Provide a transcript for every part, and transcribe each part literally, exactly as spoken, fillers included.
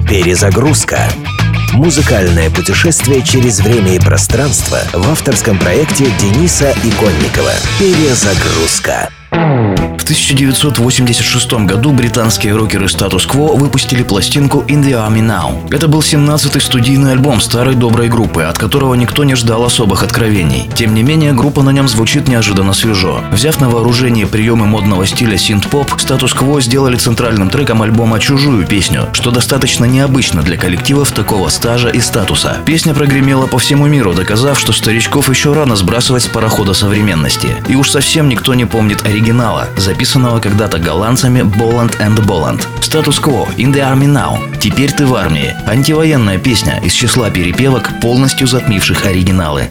Перезагрузка. Музыкальное путешествие через время и пространство в авторском проекте Дениса Иконникова. Перезагрузка. В тысяча девятьсот восемьдесят шестом году британские рокеры Status Quo выпустили пластинку In the Army Now. Это был семнадцатый студийный альбом старой доброй группы, от которого никто не ждал особых откровений. Тем не менее, группа на нем звучит неожиданно свежо. Взяв на вооружение приемы модного стиля синт-поп, Status Quo сделали центральным треком альбома чужую песню, что достаточно необычно для коллективов такого стажа и статуса. Песня прогремела по всему миру, доказав, что старичков еще рано сбрасывать с парохода современности. И уж совсем никто не помнит оригинала, записанного когда-то голландцами Bolland энд Bolland. Status Quo, In the Army Now. Теперь ты в армии. Антивоенная песня из числа перепевок, полностью затмивших оригиналы.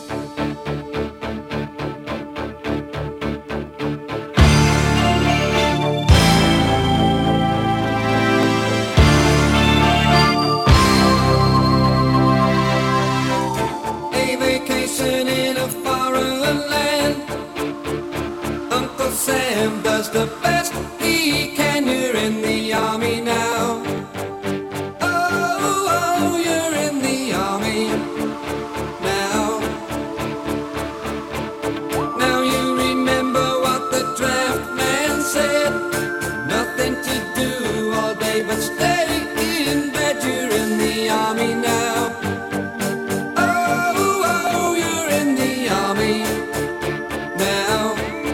Sam does the best he can. You're in the army now. Oh, oh, you're in the army now. Now you remember what the draft man said. Nothing to do all day but stay in bed. You're in the army now. Oh, oh, you're in the army now.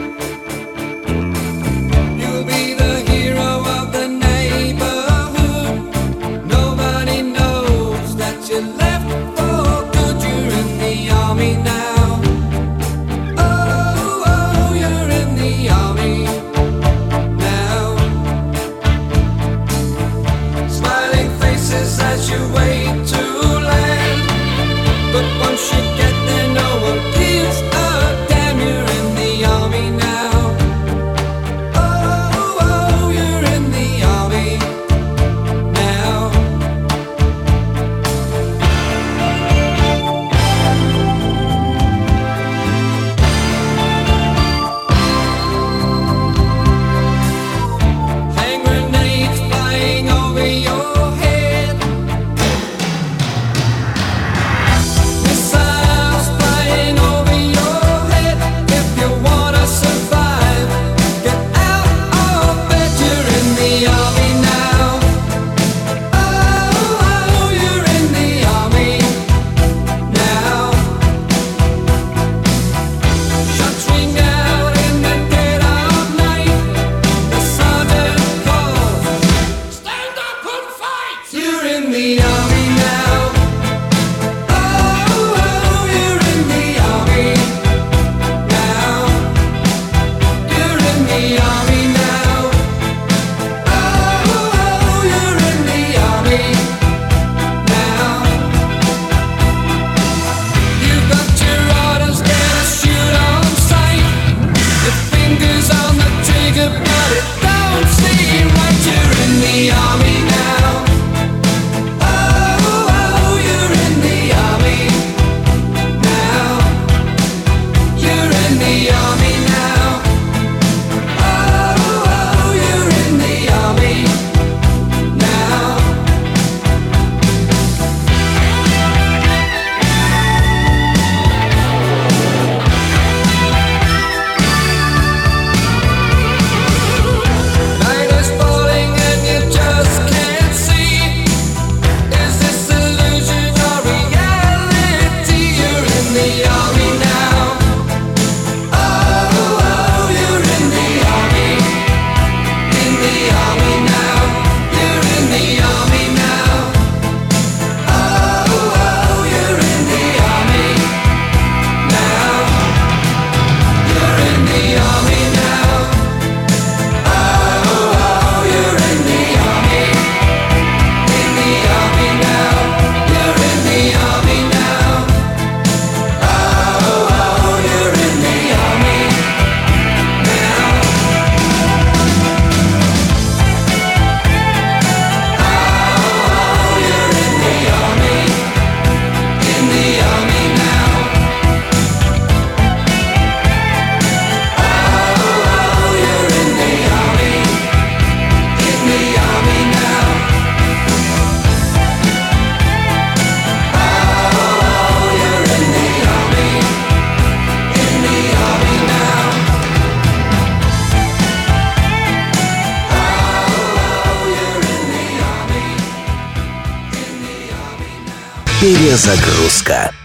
As you wait to land, but once you get there, no one gives a damn. You're in the army now. Oh, oh, you're in the army now. Hand grenades flying over your Oh, Перезагрузка.